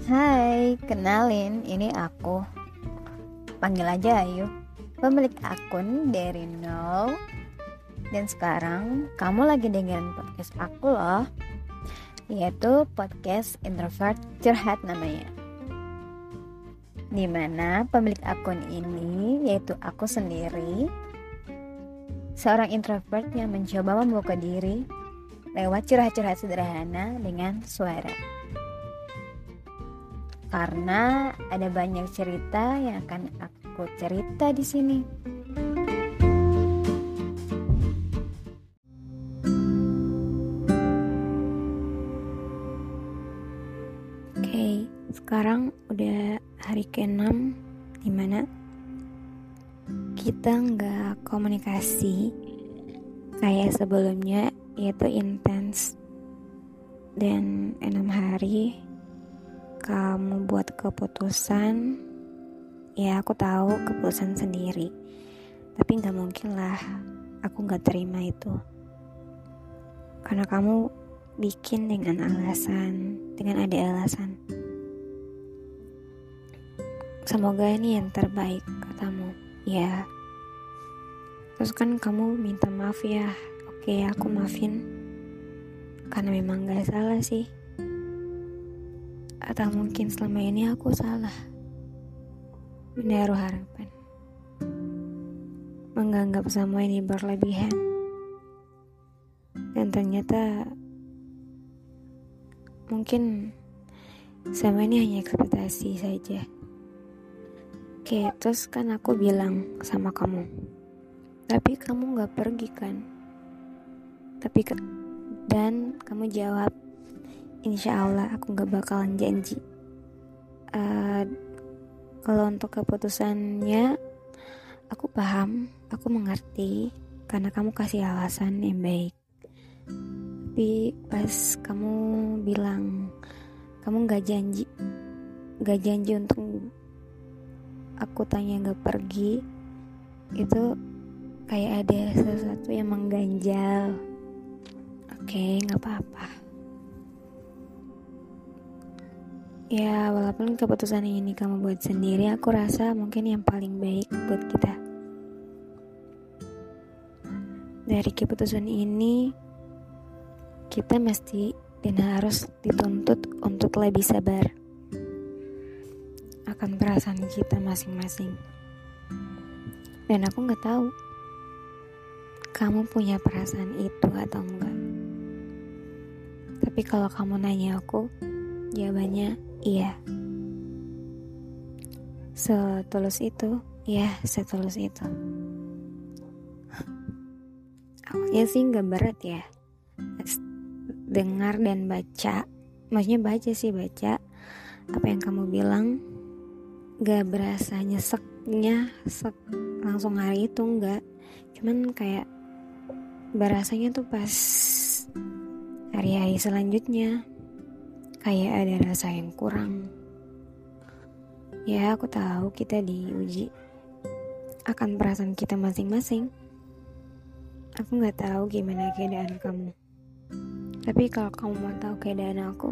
Hai, kenalin, ini aku. Panggil aja Ayu, pemilik akun dari nol. Dan sekarang kamu lagi dengerin podcast aku loh, yaitu podcast Introvert Curhat namanya. Dimana pemilik akun ini yaitu aku sendiri, seorang introvert yang mencoba membuka diri lewat curhat-curhat sederhana dengan suara. Karena ada banyak cerita yang akan aku cerita di sini. Oke, sekarang udah hari ke-6 dimana kita nggak komunikasi kayak sebelumnya, yaitu intens. Dan 6 hari kamu buat keputusan, ya aku tahu keputusan sendiri, tapi gak mungkin lah aku gak terima itu, karena kamu bikin dengan ada alasan. Semoga ini yang terbaik katamu, ya. Terus kan kamu minta maaf ya. Oke, aku maafin, karena memang gak salah sih. Atau mungkin selama ini aku salah menaruh harapan, menganggap semua ini berlebihan, dan ternyata mungkin semua ini hanya ekspektasi saja. Oke, terus kan aku bilang sama kamu, tapi kamu gak pergi kan? Dan kamu jawab, insya Allah aku gak bakalan janji. Kalau untuk keputusannya aku paham, aku mengerti, karena kamu kasih alasan yang baik. Tapi pas kamu bilang kamu gak janji untuk aku tanya gak pergi, itu kayak ada sesuatu yang mengganjal. Oke, gak apa-apa. Ya, walaupun keputusan ini kamu buat sendiri, aku rasa mungkin yang paling baik buat kita. Dari keputusan ini, kita mesti dan harus dituntut untuk lebih sabar akan perasaan kita masing-masing. Dan aku gak tahu kamu punya perasaan itu atau enggak. Tapi kalau kamu nanya aku, jawabannya iya. Setulus itu, ya setulus itu. Awalnya sih gak berat ya, dengar dan baca. Maksudnya baca apa yang kamu bilang. Gak berasa nyeseknya langsung hari itu, enggak. Cuman kayak berasanya tuh pas hari-hari selanjutnya, kayak ada rasa yang kurang. Ya, aku tahu kita diuji akan perasaan kita masing-masing. Aku gak tahu gimana keadaan kamu, tapi kalau kamu mau tahu keadaan aku,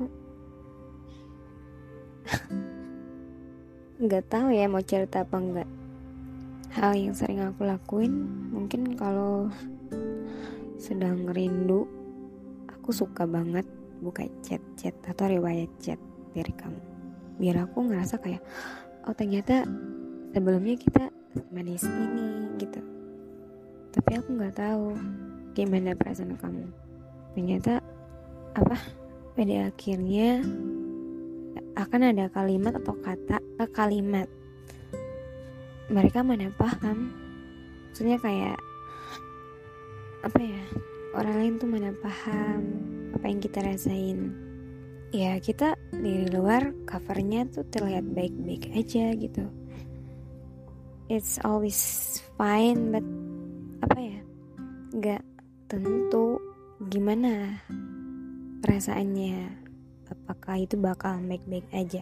gak tahu ya mau cerita apa enggak. Hal yang sering aku lakuin, mungkin kalau sedang rindu, aku suka banget buka chat atau riwayat chat dari kamu, biar aku ngerasa kayak, oh ternyata sebelumnya kita manis ini gitu. Tapi aku nggak tahu gimana perasaan kamu. Ternyata pada akhirnya akan ada kalimat atau kalimat mereka mana paham, maksudnya kayak orang lain tuh mana paham apa yang kita rasain. Ya, kita dari luar covernya tuh terlihat baik-baik aja gitu, it's always fine, but gak tentu gimana perasaannya, apakah itu bakal baik-baik aja.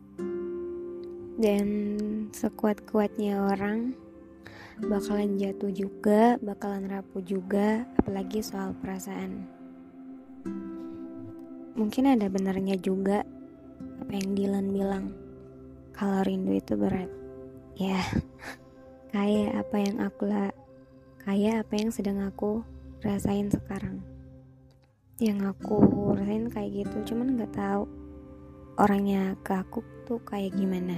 Dan sekuat-kuatnya orang bakalan jatuh juga, bakalan rapuh juga, apalagi soal perasaan. Mungkin ada benarnya juga apa yang Dylan bilang, kalau rindu itu berat. Ya, kayak apa yang sedang aku rasain sekarang. Yang aku rasain kayak gitu, cuman nggak tahu orangnya ke aku tuh kayak gimana.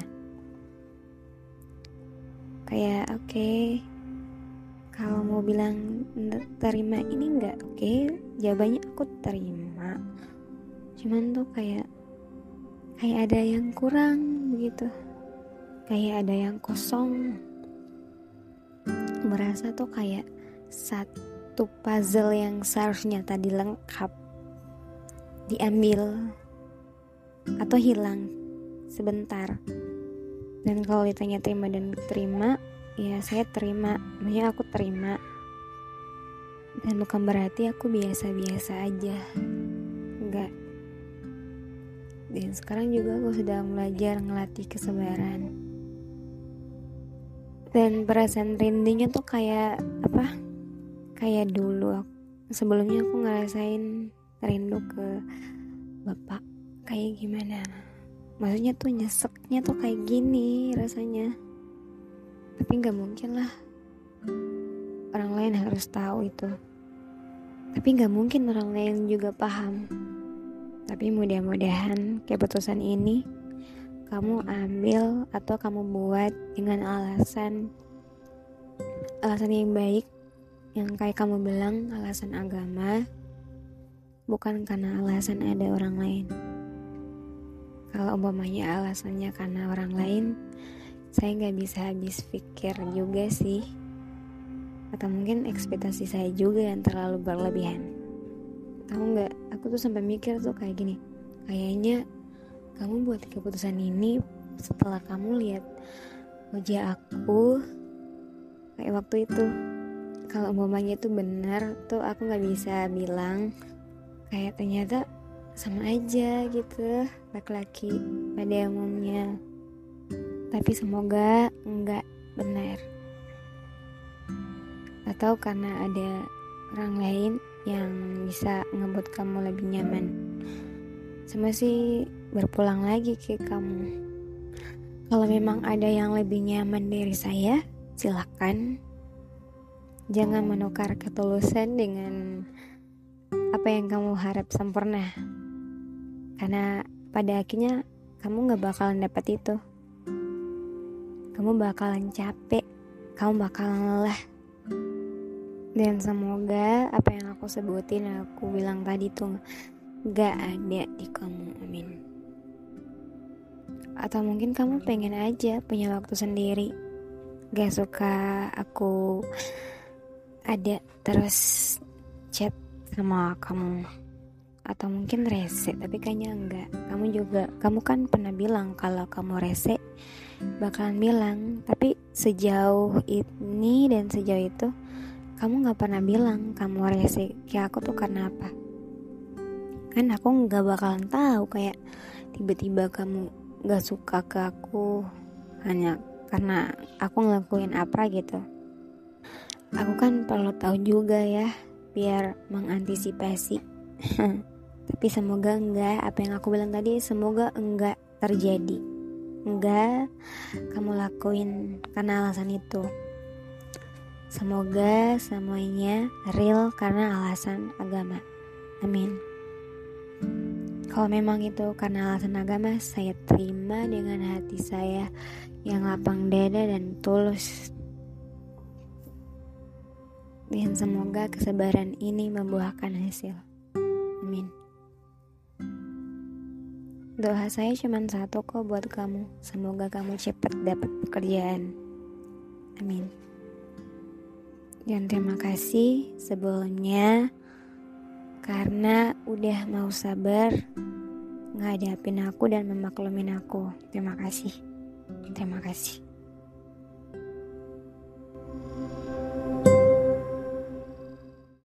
Kayak oke, kalau mau bilang terima ini nggak oke, jawabannya aku terima. Cuman tuh kayak ada yang kurang begitu, kayak ada yang kosong. Merasa tuh kayak satu puzzle yang seharusnya tadi lengkap diambil atau hilang sebentar. Dan kalau ditanya terima dan terima, ya saya terima, maksudnya aku terima. Dan bukan berarti aku biasa-biasa aja, enggak. Dan sekarang juga aku sedang belajar ngelatih kesabaran. Dan perasaan rindunya tuh kayak kayak dulu sebelumnya aku ngerasain rindu ke bapak kayak gimana. Maksudnya tuh nyeseknya tuh kayak gini rasanya. Tapi gak mungkin lah orang lain harus tahu itu. Tapi gak mungkin orang lain juga paham. Tapi mudah-mudahan keputusan ini kamu ambil atau kamu buat dengan alasan yang baik, yang kayak kamu bilang alasan agama, bukan karena alasan ada orang lain. Kalau umpamanya alasannya karena orang lain, saya gak bisa habis pikir juga sih. Atau mungkin ekspektasi saya juga yang terlalu berlebihan. Tahu gak, aku tuh sampai mikir tuh kayak gini, kayaknya kamu buat keputusan ini setelah kamu lihat wajah aku kayak waktu itu. Kalau umpamanya itu benar tuh aku gak bisa bilang kayak ternyata sama aja gitu laki-laki pada umumnya. Tapi semoga enggak benar. Atau karena ada orang lain yang bisa ngebuat kamu lebih nyaman. Sama sih berpulang lagi ke kamu. Kalau memang ada yang lebih nyaman dari saya, silakan. Jangan menukar ketulusan dengan apa yang kamu harap sempurna. Karena pada akhirnya kamu gak bakalan dapat itu. Kamu bakalan capek, kamu bakalan lelah. Dan semoga apa yang aku sebutin, aku bilang tadi tuh gak ada di kamu, amin. Atau mungkin kamu pengen aja punya waktu sendiri, gak suka aku ada terus chat sama kamu. Atau mungkin rese, tapi kayaknya enggak. Kamu kan pernah bilang kalau kamu rese bakalan bilang. Tapi sejauh ini dan sejauh itu kamu gak pernah bilang kamu rese ke aku tuh karena apa. Kan aku gak bakalan tahu kayak tiba-tiba kamu gak suka ke aku hanya karena aku ngelakuin apa gitu. Aku kan perlu tahu juga ya, biar mengantisipasi. Tapi semoga enggak, apa yang aku bilang tadi semoga enggak terjadi. Enggak kamu lakuin karena alasan itu. Semoga semuanya real karena alasan agama, amin. Kalau memang itu karena alasan agama, saya terima dengan hati saya yang lapang dada dan tulus. Dan semoga kesabaran ini membuahkan hasil, amin. Doa saya cuma satu kok buat kamu. Semoga kamu cepat dapat pekerjaan, amin. Dan terima kasih sebelumnya karena udah mau sabar ngadapin aku dan memaklumin aku. Terima kasih.